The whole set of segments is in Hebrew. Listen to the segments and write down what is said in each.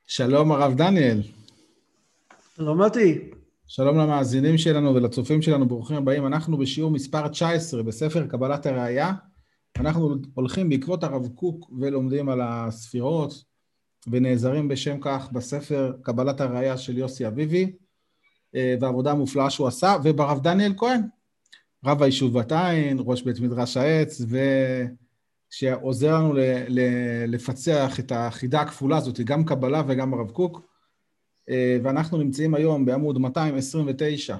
שלום הרב דניאל. שלום מתי. שלום למאזינים שלנו ולצופים שלנו, ברוכים הבאים. אנחנו בשיעור מספר 19 בספר קבלת הראייה. אנחנו הולכים בעקבות הרב קוק ולומדים על הספירות, ונעזרים בשם כך בספר קבלת הראייה של יוסי אביבי, והעבודה המופלאה שהוא עשה, וברב דניאל כהן, רב היישוב בת עין, ראש בית מדרש העץ, שעוזר לנו לפצח את החידה הכפולה הזאת, גם קבלה וגם הרב קוק. ואנחנו נמצאים היום בעמוד 229,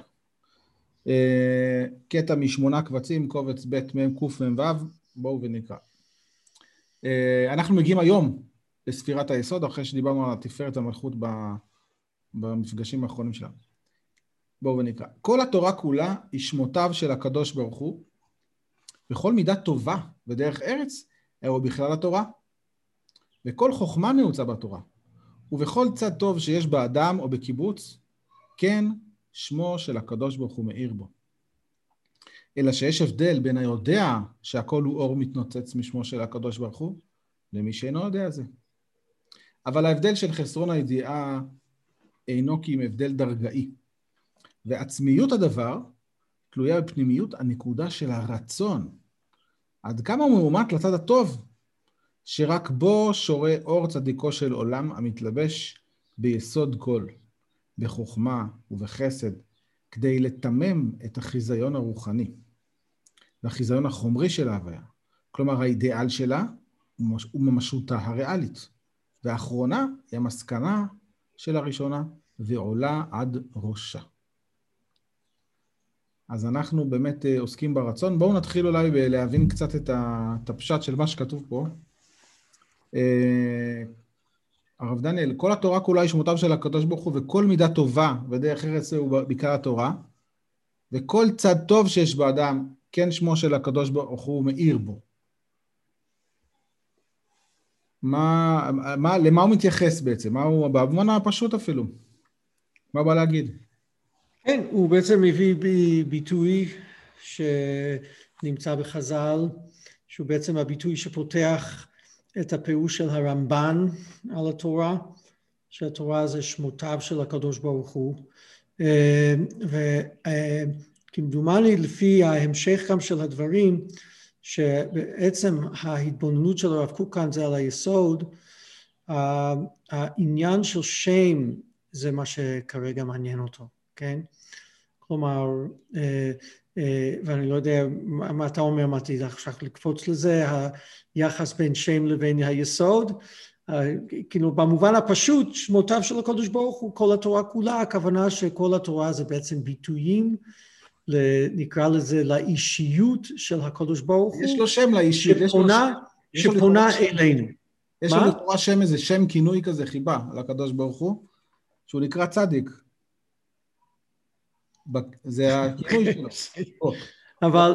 קטע משמונה קבצים, קובץ ב' מ' ק' מ' ו', בואו ונקרא. אנחנו מגיעים היום לספירת היסוד, אחרי שדיברנו על תפארת המלכות במפגשים האחרונים שלנו. בואו ונקרא. כל התורה כולה היא שמותיו של הקדוש ברוך הוא, בכל מידה טובה ודרך ארץ, הוא בכלל התורה, וכל חוכמה נעוצה בתורה. ובכל צד טוב שיש באדם או בקיבוץ, כן שמו של הקדוש ברוך הוא מאיר בו. אלא שיש הבדל בין היודע שהכל הוא אור מתנוצץ משמו של הקדוש ברוך הוא, למי שאינו יודע זה. אבל ההבדל של חסרון הידיעה אינו כי אם הבדל דרגאי. ועצמיות הדבר תלויה בפנימיות הנקודה של הרצון. עד כמה הוא מאומת לצד הטוב, שרק בו שורה אור צדיקו של עולם המתלבש ביסוד כל, בחוכמה ובחסד, כדי לתמם את החיזיון הרוחני, והחיזיון החומרי של ההוויה. כלומר, האידיאל שלה וממשותה הריאלית. והאחרונה היא המסקנה של הראשונה, ועולה עד ראשה. אז אנחנו באמת עוסקים ברצון. בואו נתחיל אולי להבין קצת את הפשט של מה שכתוב פה. הרב דניאל, כל התורה כולה היא שמותיו של הקדוש ברוך הוא, וכל מידה טובה ודרך ארץ הוא בעיקר התורה, וכל צד טוב שיש באדם, כן שמו של הקדוש ברוך הוא מאיר בו. למה הוא מתייחס בעצם? מה הוא, במובן הפשוט אפילו? מה בא להגיד? כן, הוא בעצם מביא ביטוי שנמצא בחז"ל, שהוא בעצם הביטוי שפותח את הפירוש של הרמב"ן על התורה, שהתורה זה שמותיו של הקדוש ברוך הוא, וכמדומני לפי ההמשך גם של הדברים, שבעצם ההתבוננות של הרב קוק כאן זה על היסוד, העניין של שם זה מה שכרגע מעניין אותו, כן? כלומר, ואני לא יודע מה אתה אומר, מה אתה עכשיו לקפוץ לזה, היחס בין שם לבין היסוד, כאילו במובן הפשוט, שמותיו של הקדוש ברוך הוא, כל התורה כולה, הכוונה שכל התורה זה בעצם ביטויים, נקרא לזה לאישיות של הקדוש ברוך הוא, יש לו שם לאישיות, שפונה אלינו. יש לו לתורה שם, איזה שם כינוי כזה, חיבה על הקדוש ברוך הוא, שהוא נקרא צדיק. זה הכינוי שלו. אבל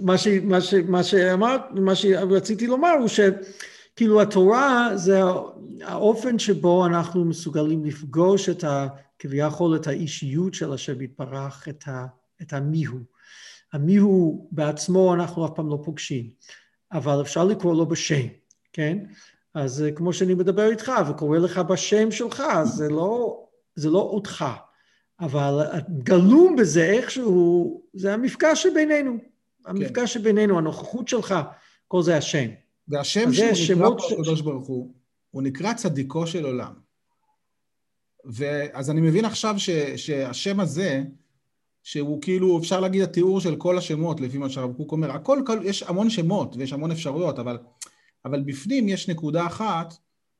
מה שרציתי לומר הוא שכאילו התורה זה האופן שבו אנחנו מסוגלים לפגוש כביכול את האישיות של השם יתברך, את המיהו. המיהו בעצמו אנחנו אף פעם לא פוגשים, אבל אפשר לקרוא לו בשם, כן? אז כמו שאני מדבר איתך וקורא לך בשם שלך, זה לא אותך. אבל גלום בזה איכשהו, זה המפגש שבינינו, המפגש שבינינו, הנוכחות שלך, כל זה השם. והשם שהוא נקרא פה הקדוש ברוך הוא נקרא צדיקו של עולם. אז אני מבין עכשיו שהשם הזה, שהוא כאילו, אפשר להגיד התיאור של כל השמות, לפי מה שהרב קוק אומר, יש המון שמות ויש המון אפשרויות, אבל בפנים יש נקודה אחת,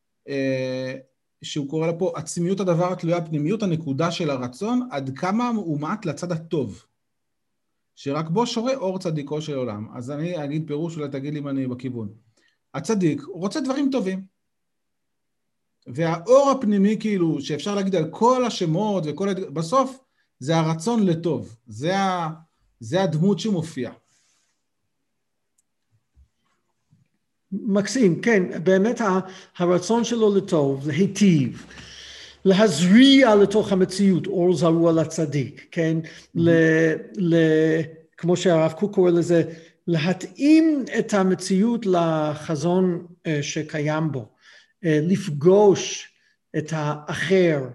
שהוא קורא לה פה, עצמיות הדבר תלויה פנימיות הנקודה של הרצון, עד כמה הוא מעט לצד הטוב, שרק בו שורה אור צדיקו של עולם. אז אני אגיד פירוש, אולי תגיד לי אם אני בכיוון. הצדיק, הוא רוצה דברים טובים. והאור הפנימי כאילו, שאפשר להגיד על כל השמות בסוף, זה הרצון לטוב. זה הדמות שמופיע. מקסים, כן, באמת הרצון שלו לטוב, להיטיב, להזריע לתוך המציאות, אור זרוע לצדיק, כן? כמו שהרב קוק קורא לזה, להתאים את המציאות לחזון שקיים בו, לפגוש את האחר,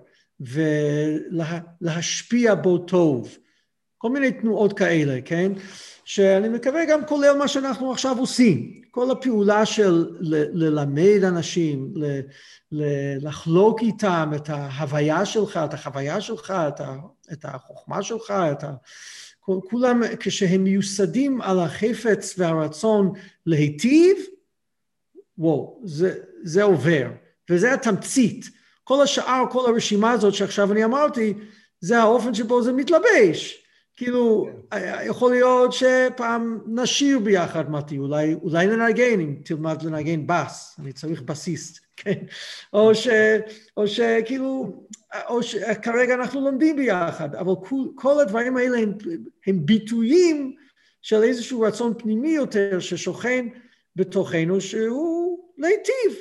ולהשפיע בו טוב. כל מיני תנועות כאלה, כן? שאני מקווה גם כולל מה שאנחנו עכשיו עושים. כל הפעולה של ללמד אנשים, לחלוק איתם את ההוויה שלך, את החוויה שלך, את החוכמה שלך, כולם כשהם מיוסדים על החפץ והרצון להיטיב, וואו, זה עובר. וזה התמצית. כל השאר, כל הרשימה הזאת שעכשיו אני אמרתי, זה האופן שבו זה מתלבש. כאילו, יכול להיות שפעם נשיר ביחד, מתי, אולי לנגן, אם תלמד לנגן בס, אני צריך בסיסט, כן? או שכאילו, כרגע אנחנו לומדים ביחד, אבל כל הדברים האלה הם ביטויים של איזשהו רצון פנימי יותר, ששוכן בתוכנו, שהוא להיטיב,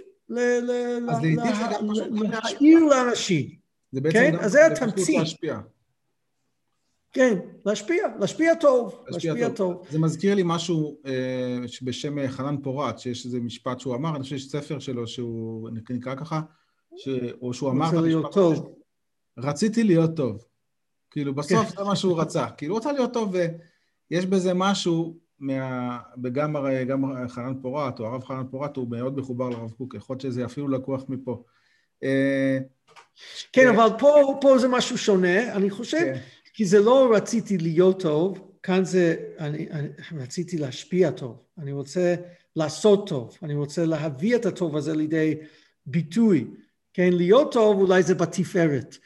להעיר לאנשים. זה בעצם גם להשפיע. כן, להשפיע טוב, להשפיע טוב. זה מזכיר לי משהו בשם חנן פורת, שיש איזה משפט שהוא אמר, אני חושב שיש ספר שלו שהוא נקרא ככה, או שהוא אמר, רוצה להיות טוב. רציתי להיות טוב. כאילו בסוף זה מה שהוא רצה, כאילו הוא רצה להיות טוב, ויש בזה משהו, וגם חנן פורת, או הרב חנן פורת, הוא מאוד מחובר לרב קוק, יכול להיות שזה אפילו לקוח מפה. כן, אבל פה זה משהו שונה, אני חושב, כי זה לא רציתי להיות טוב, כאן זה, אני רציתי להשפיע טוב, אני רוצה לעשות טוב, אני רוצה להביא את הטוב הזה לידי ביטוי, כן, להיות טוב אולי זה בתפארת,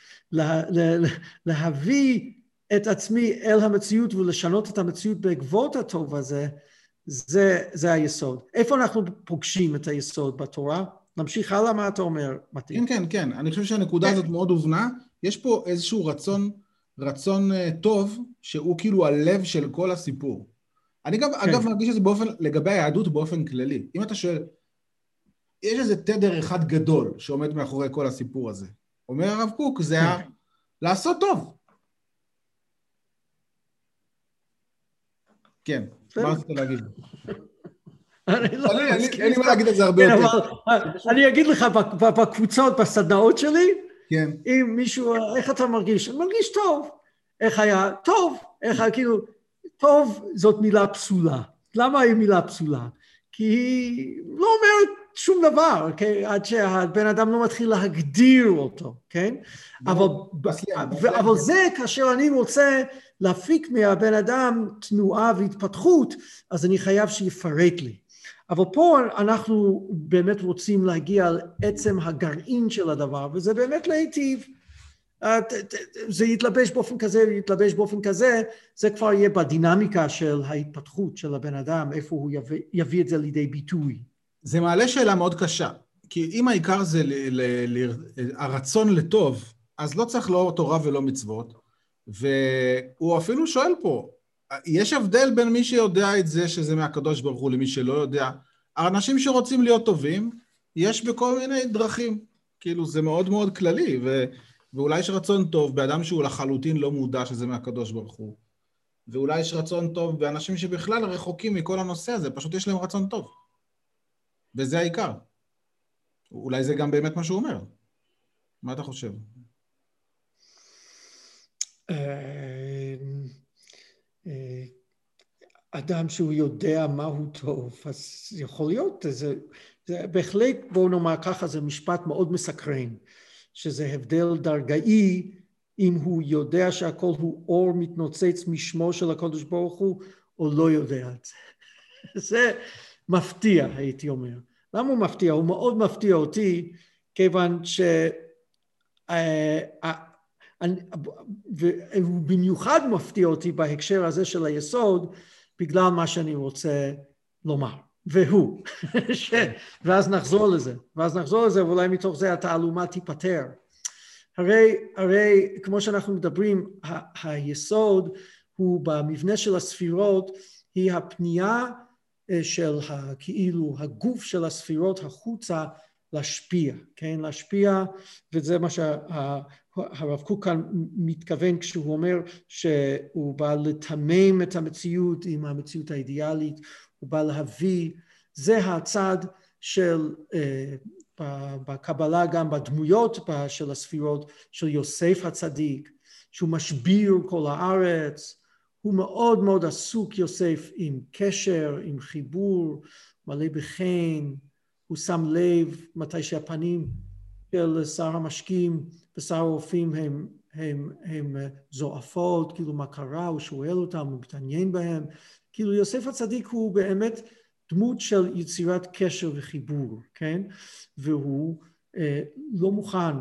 להביא את עצמי אל המציאות ולשנות את המציאות בעקבות הטוב הזה, זה היסוד. איפה אנחנו פוגשים את היסוד בתורה? נמשיך הלאה, מה אתה אומר, מתי? כן, אני חושב שהנקודה הזאת מאוד הובנה, יש פה איזשהו רצון טוב, שהוא כאילו הלב של כל הסיפור. אני גם, אגב, מרגיש את זה לגבי היהדות באופן כללי. אם אתה שואל, יש איזה תדר אחד גדול שעומד מאחורי כל הסיפור הזה. אומר הרב קוק, זה לעשות טוב. כן, מה רצית להגיד? אני לא מסכים. אין לי מה להגיד את זה הרבה יותר. אני אגיד לך, בקבוצות, בסדנאות שלי, כן. אם מישהו, איך אתה מרגיש? אני מרגיש טוב. איך היה? טוב. איך כאילו, טוב זאת מילה פסולה. למה היא מילה פסולה? כי היא לא אומרת שום דבר, עד שהבן אדם לא מתחיל להגדיר אותו, כן? אבל זה כאשר אני רוצה להפיק מהבן אדם תנועה והתפתחות, אז אני חייב שיפרט לי. אבל פה אנחנו באמת רוצים להגיע על עצם הגרעין של הדבר, וזה באמת להיטיב. זה יתלבש באופן כזה, יתלבש באופן כזה, זה כבר יהיה בדינמיקה של ההתפתחות של הבן אדם, איפה הוא יביא את זה לידי ביטוי. זה מעלה שאלה מאוד קשה, כי אם העיקר זה הרצון לטוב, אז לא צריך לא תורה ולא מצוות, והוא אפילו שואל פה, יש הבדל בין מי שיודע את זה שזה מהקדוש ברוך הוא למי שלא יודע, האנשים שרוצים להיות טובים, יש בכל מיני דרכים, כאילו זה מאוד מאוד כללי, ואולי יש רצון טוב באדם שהוא לחלוטין לא מודע שזה מהקדוש ברוך הוא, ואולי יש רצון טוב באנשים שבכלל רחוקים מכל הנושא הזה, פשוט יש להם רצון טוב. וזה העיקר. אולי זה גם באמת מה שהוא אומר. מה אתה חושב? אדם שהוא יודע מהו טוב, אז יכול להיות, זה בהחלט, בואו נאמר ככה, זה משפט מאוד מסקרן, שזה הבדל דרגאי, אם הוא יודע שהכל הוא אור מתנוצץ משמו של הקדוש ברוך הוא, או לא יודע את זה. זה מפתיע, הייתי אומר. למה הוא מפתיע? הוא מאוד מפתיע אותי, כיוון והוא במיוחד מפתיע אותי בהקשר הזה של היסוד, בגלל מה שאני רוצה לומר. והוא, ואז נחזור לזה, ואולי מתוך זה התעלומה תיפטר. הרי כמו שאנחנו מדברים, היסוד הוא במבנה של הספירות, היא הפנייה של כאילו הגוף של הספירות החוצה להשפיע, כן? להשפיע, וזה מה שהרב קוק כאן מתכוון כשהוא אומר שהוא בא לתמם את המציאות עם המציאות האידיאלית, הוא בא להביא, זה הצד של בקבלה גם בדמויות של הספירות של יוסף הצדיק, שהוא משביר כל הארץ, הוא מאוד מאוד עסוק יוסף עם קשר, עם חיבור, מלא בחן, הוא שם לב מתי שהפנים של שר המשקים ושר הרופאים הם זועפות, כאילו מה קרה, הוא שואל אותם, הוא מתעניין בהם, כאילו יוסף הצדיק הוא באמת דמות של יצירת קשר וחיבור, כן? והוא לא מוכן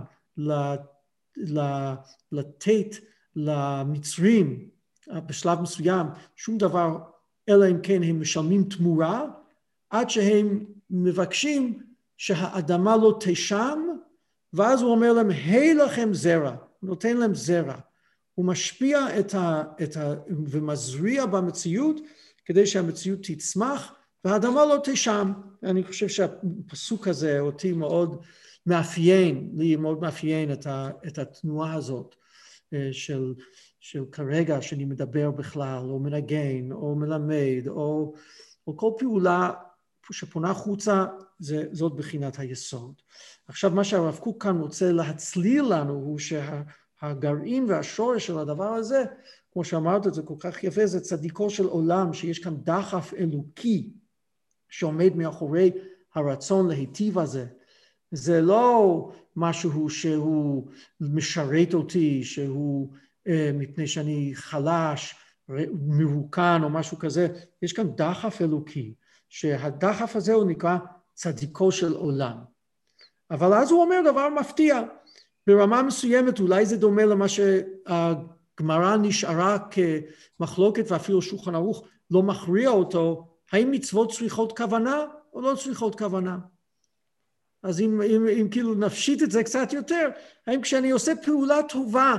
לתת למצרים בשלב מסוים שום דבר, אלא אם כן הם משלמים תמורה, עד שהם מבקשים שהאדמה לא תשם, ואז הוא אומר להם, היי לכם זרע, הוא נותן להם זרע. הוא משפיע ומזריע במציאות, כדי שהמציאות תצמח, והאדמה לא תשם. אני חושב שהפסוק הזה אותי מאוד מאפיין, לי מאוד מאפיין את התנועה הזאת, של כרגע שאני מדבר בכלל, או מנגן, או מלמד, או כל פעולה שפונה חוצה, זאת בחינת היסוד. עכשיו מה שהרב קוק כאן רוצה להצליל לנו, הוא שהגרעין והשורש של הדבר הזה, כמו שאמרת את זה כל כך יפה, זה צדיקו של עולם, שיש כאן דחף אלוקי, שעומד מאחורי הרצון להיטיב הזה. זה לא משהו שהוא משרת אותי, שהוא מפני שאני חלש, מרוקן או משהו כזה, יש כאן דחף אלוקי, שהדחף הזה הוא נקרא צדיקו של עולם. אבל אז הוא אומר דבר מפתיע, ברמה מסוימת אולי זה דומה למה שהגמרא נשארה כמחלוקת ואפילו שולחן ערוך לא מכריע אותו, האם מצוות צריכות כוונה או לא צריכות כוונה? אז אם כאילו נפשיט את זה קצת יותר, האם כשאני עושה פעולה טובה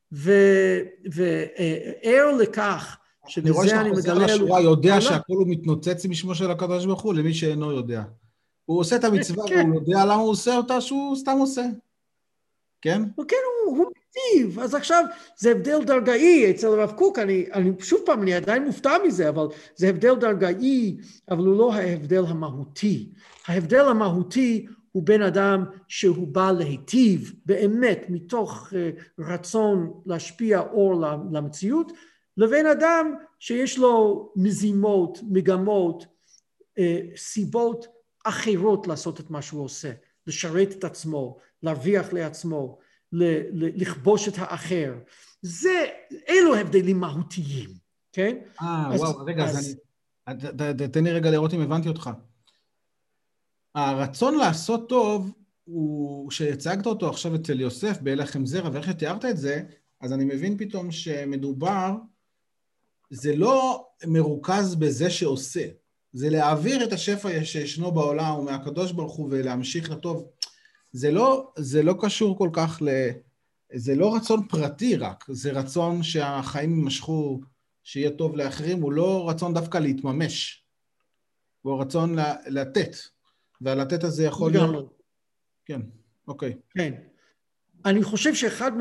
וער לכך, שבזה אני מגלה... השורה יודע שהכל הוא מתנוצץ משמו של הקדוש ברוך הוא, למי שאינו יודע. הוא עושה את המצווה והוא יודע למה הוא עושה אותה, שהוא סתם עושה. כן? כן, הוא מטיב. אז עכשיו זה הבדל דרגאי אצל הרב קוק, שוב פעם, אני עדיין מופתע מזה, אבל זה הבדל דרגאי, אבל הוא לא ההבדל המהותי. ההבדל המהותי הוא בן אדם שהוא בא להיטיב באמת מתוך רצון להשפיע אור למציאות, לבין אדם שיש לו מזימות, מגמות, סיבות אחרות לעשות את מה שהוא עושה, לשרת את עצמו, להרוויח לעצמו, לכבוש את האחר. אלו הבדלים מהותיים, כן? וואו, רגע, תן לי רגע לראות אם הבנתי אותך. הרצון לעשות טוב, הוא שהצגת אותו עכשיו אצל יוסף, בהלחם זרע, ואיך שתיארת את זה, אז אני מבין פתאום שמדובר, זה לא מרוכז בזה שעושה, זה להעביר את השפע שישנו בעולם ומהקדוש ברוך הוא ולהמשיך לטוב. זה לא קשור כל כך זה לא רצון פרטי רק, זה רצון שהחיים יימשכו, שיהיה טוב לאחרים, הוא לא רצון דווקא להתממש, הוא רצון לתת, והלתת הזה יכול להיות... כן, אוקיי. כן. אני חושב שאחד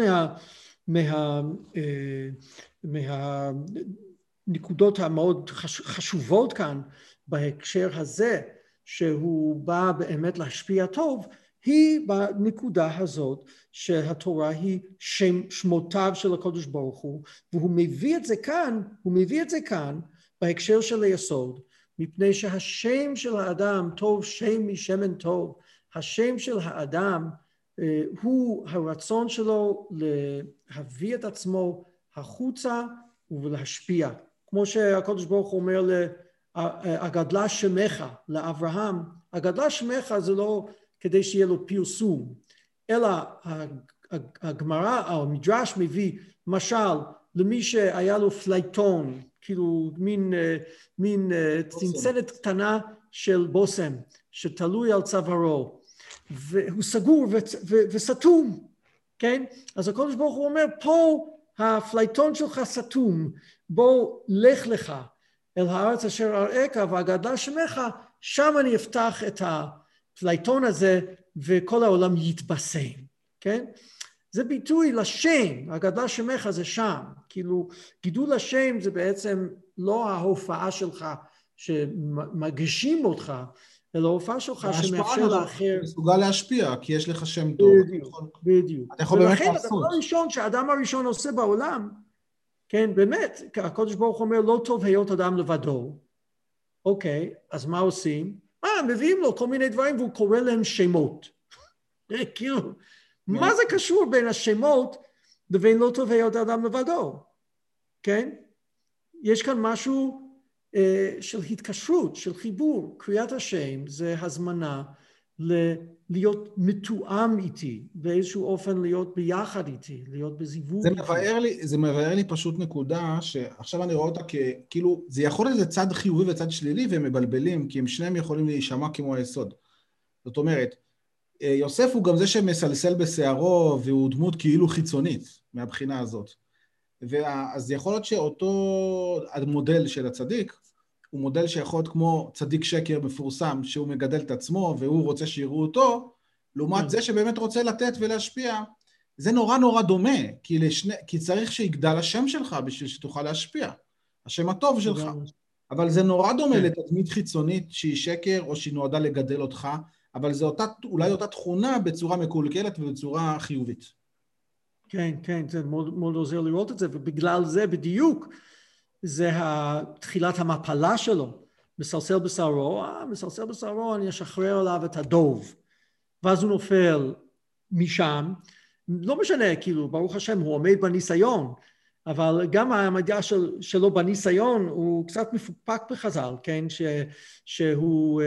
מהנקודות המאוד חשובות כאן, בהקשר הזה, שהוא בא באמת להשפיע טוב, היא בנקודה הזאת שהתורה היא שמותיו של הקדוש ברוך הוא, והוא מביא את זה כאן בהקשר של היסוד, מפני שהשם של האדם, טוב שם משמן טוב, השם של האדם הוא הרצון שלו להביא את עצמו החוצה ולהשפיע. כמו שהקדוש ברוך הוא אומר הגדלה שמך לאברהם, הגדלה שמך זה לא כדי שיהיה לו פרסום, אלא הגמרא או המדרש מביא משל למי שהיה לו פלייטון, כאילו מין צנצנת קטנה של בושם שתלוי על צווארו, והוא סגור וסתום, כן? אז הקדוש ברוך הוא אומר, פה הפלייטון שלך סתום, בוא לך לך אל הארץ אשר אראך והגדלה שמך, שם אני אפתח את הפלייטון הזה וכל העולם יתבשם, כן? זה ביטוי לשם, הגדלה שמך זה שם, כאילו גידול השם זה בעצם לא ההופעה שלך שמגישים אותך, אלא ההופעה שלך שמאפשר לאחר... מסוגל להשפיע, כי יש לך שם טוב. בדיוק. אתה יכול באמת ולכן לעשות. הדבר הראשון שהאדם הראשון עושה בעולם, כן, באמת, הקדוש ברוך הוא אומר, לא טוב היות אדם לבדו. אוקיי, אז מה עושים? מביאים לו כל מיני דברים, והוא קורא להם שמות. כאילו, מה זה קשור בין השמות לבין לא טוב היות אדם לבדו? כן? יש כאן משהו של התקשרות, של חיבור. קריאת השם זה הזמנה להיות מתואם איתי, באיזשהו אופן להיות ביחד איתי, להיות בזיווג איתי. זה מבאר לי פשוט נקודה שעכשיו אני רואה אותה כאילו, זה יכול להיות צד חיובי וצד שלילי והם מבלבלים, כי הם שניהם יכולים להישמע כמו היסוד. זאת אומרת, יוסף הוא גם זה שמסלסל בשערו, והוא דמות כאילו חיצונית מהבחינה הזאת. אז יכול להיות שאותו המודל של הצדיק, הוא מודל שיכול להיות כמו צדיק שקר מפורסם, שהוא מגדל את עצמו והוא רוצה שיראו אותו, לעומת זה שבאמת רוצה לתת ולהשפיע. זה נורא נורא דומה, כי צריך שיגדל השם שלך בשביל שתוכל להשפיע. השם הטוב שלך. אבל זה נורא דומה לתדמית חיצונית שהיא שקר או שהיא נועדה לגדל אותך, אבל זה אולי אותה תכונה בצורה מקולקלת ובצורה חיובית. כן, כן, זה מאוד, מאוד עוזר לראות את זה, ובגלל זה בדיוק, זה תחילת המפלה שלו. מסלסל בשערו, אני אשחרר עליו את הדוב. ואז הוא נופל משם, לא משנה, כאילו, ברוך השם, הוא עומד בניסיון, אבל גם המדע שלו בניסיון הוא קצת מפוקפק בחז"ל, כן? שהוא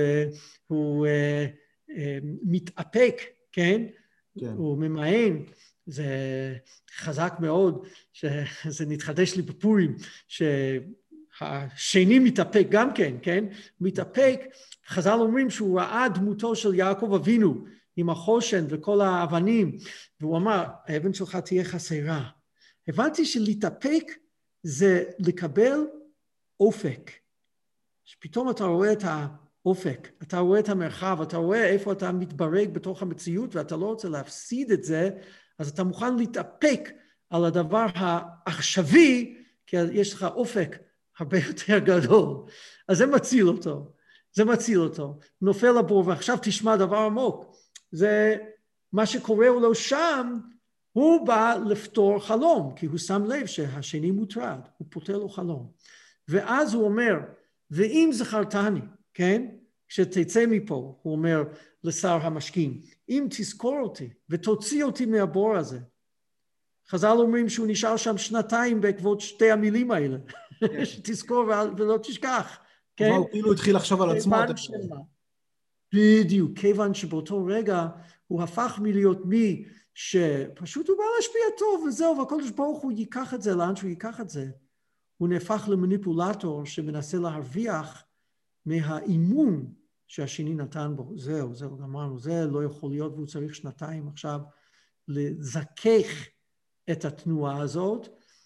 מתאפק, כן? הוא ממאן, זה חזק מאוד, שזה נתחדש לי בפורים, שהשני מתאפק גם כן, כן? מתאפק, חז"ל אומרים שהוא ראה דמותו של יעקב אבינו, עם החושן וכל האבנים, והוא אמר, האבן שלך תהיה חסרה. הבנתי שלהתאפק זה לקבל אופק. שפתאום אתה רואה את האופק, אתה רואה את המרחב, אתה רואה איפה אתה מתברג בתוך המציאות, ואתה לא רוצה להפסיד את זה, אז אתה מוכן להתאפק על הדבר העכשווי, כי יש לך אופק הרבה יותר גדול. אז זה מציל אותו. נופל לבור, ועכשיו תשמע דבר עמוק. זה מה שקורה לו שם, הוא בא לפתור חלום, כי הוא שם לב שהשני מוטרד, הוא פותר לו חלום. ואז הוא אומר, ואם זכרתני, כן? כשתצא מפה, הוא אומר לשר המשקים, אם תזכור אותי ותוציא אותי מהבור הזה. חז"ל אומרים שהוא נשאר שם 2 בעקבות 2 המילים האלה, שתזכור ולא תשכח. כן? הוא כאילו התחיל לחשוב על עצמו. בדיוק, כיוון שבאותו רגע הוא הפך מלהיות מי שפשוט הוא בא להשפיע טוב וזהו, והקדוש ברוך הוא ייקח את זה לאן שהוא ייקח את זה. הוא נהפך למניפולטור שמנסה להרוויח מהאימון שהשני נתן בו. זהו, אמרנו, זה לא יכול להיות, והוא צריך 2 עכשיו לזכך את התנועה הזאת,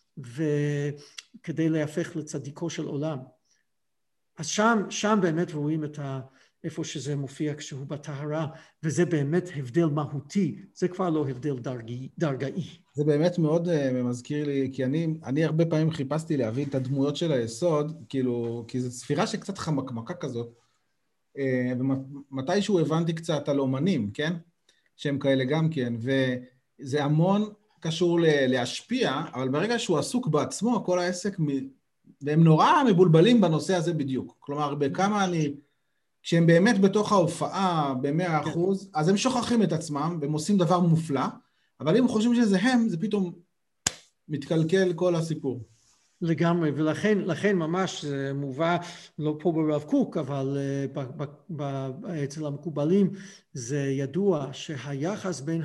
וכדי להפך לצדיקו של עולם. אז שם באמת רואים איפה שזה מופיע כשהוא בטהרה, וזה באמת הבדל מהותי, זה כבר לא הבדל דרגאי. זה באמת מאוד מזכיר לי, כי אני הרבה פעמים חיפשתי להבין את הדמויות של היסוד, כאילו, כי זו ספירה שקצת חמקמקה כזאת, ומתישהו הבנתי קצת על אומנים, כן? שהם כאלה גם כן, וזה המון קשור להשפיע, אבל ברגע שהוא עסוק בעצמו, כל העסק, והם נורא מבולבלים בנושא הזה בדיוק. כלומר, כשהם באמת בתוך ההופעה ב100%, אז הם שוכחים את עצמם, והם עושים דבר מופלא, אבל אם חושבים שזה הם, זה פתאום מתקלקל כל הסיפור. לגמרי, ולכן ממש זה מובא, לא פה ברב קוק, אבל אצל המקובלים זה ידוע שהיחס בין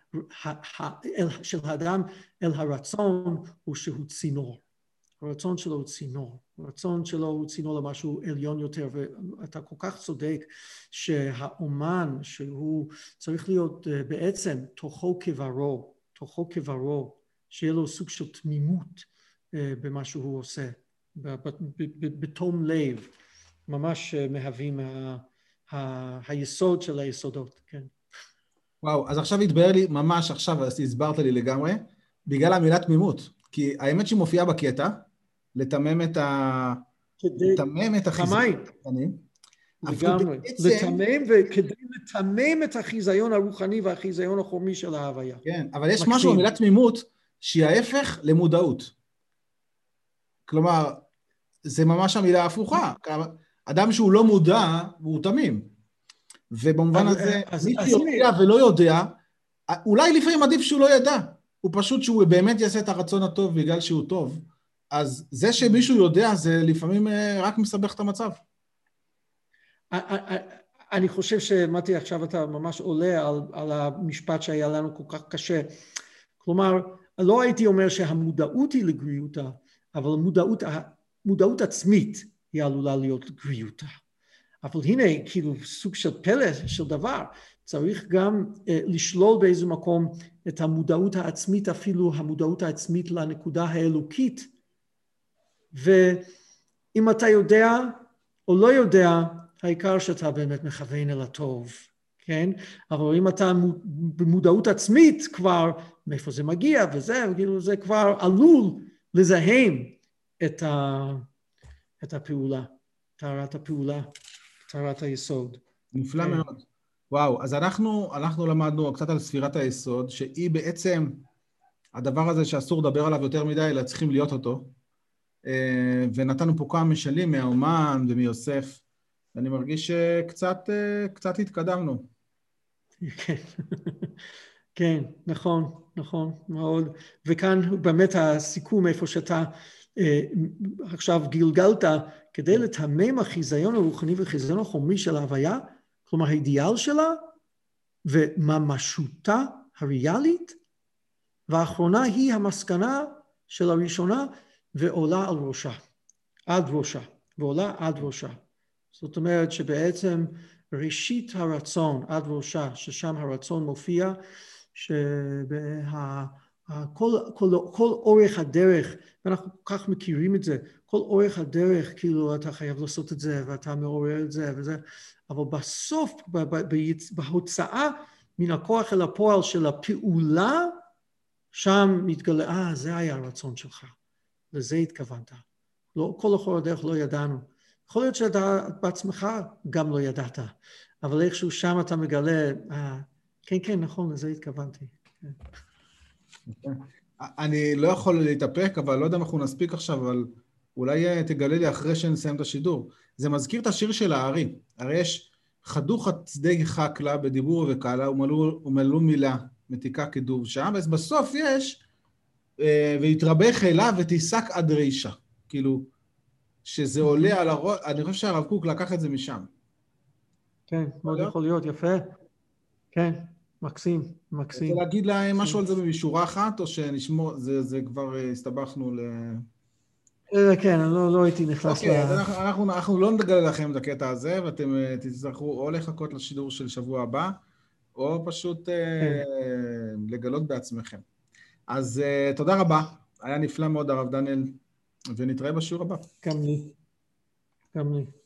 של האדם אל הרצון הוא שהוא צינור. הרצון שלו הוא צינור. הרצון שלו הוא צינור למשהו עליון יותר, ואתה כל כך צודק שהאומן שהוא צריך להיות בעצם תוכו כברו, שיהיה לו סוג של תמימות במה שהוא עושה, בתום לב, ממש מהווים היסוד של היסודות, כן. וואו, אז עכשיו התבהר לי, ממש עכשיו הסברת לי לגמרי, בגלל המילה תמימות, כי האמת שמופיעה בקטע, לתמם את החיזוק, לגמרי. לתמם, וכדי לתמם את החיזיון הרוחני והחיזיון החומי של ההוויה. כן, אבל יש משהו במילה תמימות, שהיא ההפך למודעות. כלומר, זה ממש המילה ההפוכה. אדם שהוא לא מודע, הוא תמים. ובמובן הזה, מי שיודע ולא יודע, אולי לפעמים עדיף שהוא לא ידע. הוא פשוט שהוא באמת יעשה את הרצון הטוב בגלל שהוא טוב. אז זה שמישהו יודע, זה לפעמים רק מסבך את המצב. אני חושב שמתי עכשיו אתה ממש עולה על המשפט שהיה לנו כל כך קשה. כלומר, לא הייתי אומר שהמודעות היא לגריותה, אבל מודעות עצמית היא עלולה להיות לגריותה. אבל הנה, כאילו, סוג של פלא של דבר, צריך גם לשלול באיזה מקום את המודעות העצמית, אפילו המודעות העצמית לנקודה האלוקית. ואם אתה יודע או לא יודע, העיקר שאתה באמת מכוון אל הטוב, כן? אבל אם אתה במודעות עצמית כבר, מאיפה זה מגיע וזה, כאילו זה כבר עלול לזהם את הפעולה, טהרת הפעולה, טהרת היסוד. נפלא מאוד. וואו, אז אנחנו למדנו קצת על ספירת היסוד, שהיא בעצם הדבר הזה שאסור לדבר עליו יותר מדי, אלא צריכים להיות אותו. ונתנו פה כמה משלים מהאומן ומיוסף, ואני מרגיש שקצת התקדמנו. כן, כן, נכון, מאוד. וכאן באמת הסיכום איפה שאתה עכשיו גלגלת, כדי לתמם החיזיון הרוחני והחיזיון החומי של ההוויה, כלומר האידיאל שלה וממשותה הריאלית, והאחרונה היא המסקנה של הראשונה ועולה על ראשה, עד ראשה, ועולה עד ראשה. זאת אומרת שבעצם ראשית הרצון עד ראשה, ששם הרצון מופיע, כל אורך הדרך, ואנחנו כל כך מכירים את זה, כל אורך הדרך, כאילו אתה חייב לעשות את זה, ואתה מעורר את זה וזה, אבל בסוף, בהוצאה מן הכוח אל הפועל של הפעולה, שם מתגלה, זה היה הרצון שלך, לזה התכוונת. לא, כל אחור הדרך לא ידענו. יכול להיות שאתה בעצמך גם לא ידעת, אבל איכשהו שם אתה מגלה, כן, נכון, לזה התכוונתי. אני לא יכול להתאפק, אבל לא יודע אם אנחנו נספיק עכשיו, אבל אולי תגלה לי אחרי שנסיים את השידור. זה מזכיר את השיר של הארי. הרי יש חדוך הצדי חקלה בדיבור וקלה, ומלאו מילה, מתיקה כדוב שם, אז בסוף יש, והתרבה חילה ותיסק עד רישה. כאילו, שזה עולה על הראש, אני חושב שהרב קוק לקח את זה משם. כן, מאוד יכול להיות, יפה. כן, מקסים. רוצה להגיד להם משהו על זה בשורה אחת, או שנשמור, זה כבר הסתבכנו ל... כן, אני לא הייתי נכנס אוקיי, אז אנחנו לא נגלה לכם את הקטע הזה, ואתם תצטרכו או לחכות לשידור של שבוע הבא, או פשוט לגלות בעצמכם. אז תודה רבה, היה נפלא מאוד הרב דניאל, ונתראה בשיעור הבא. גם לי.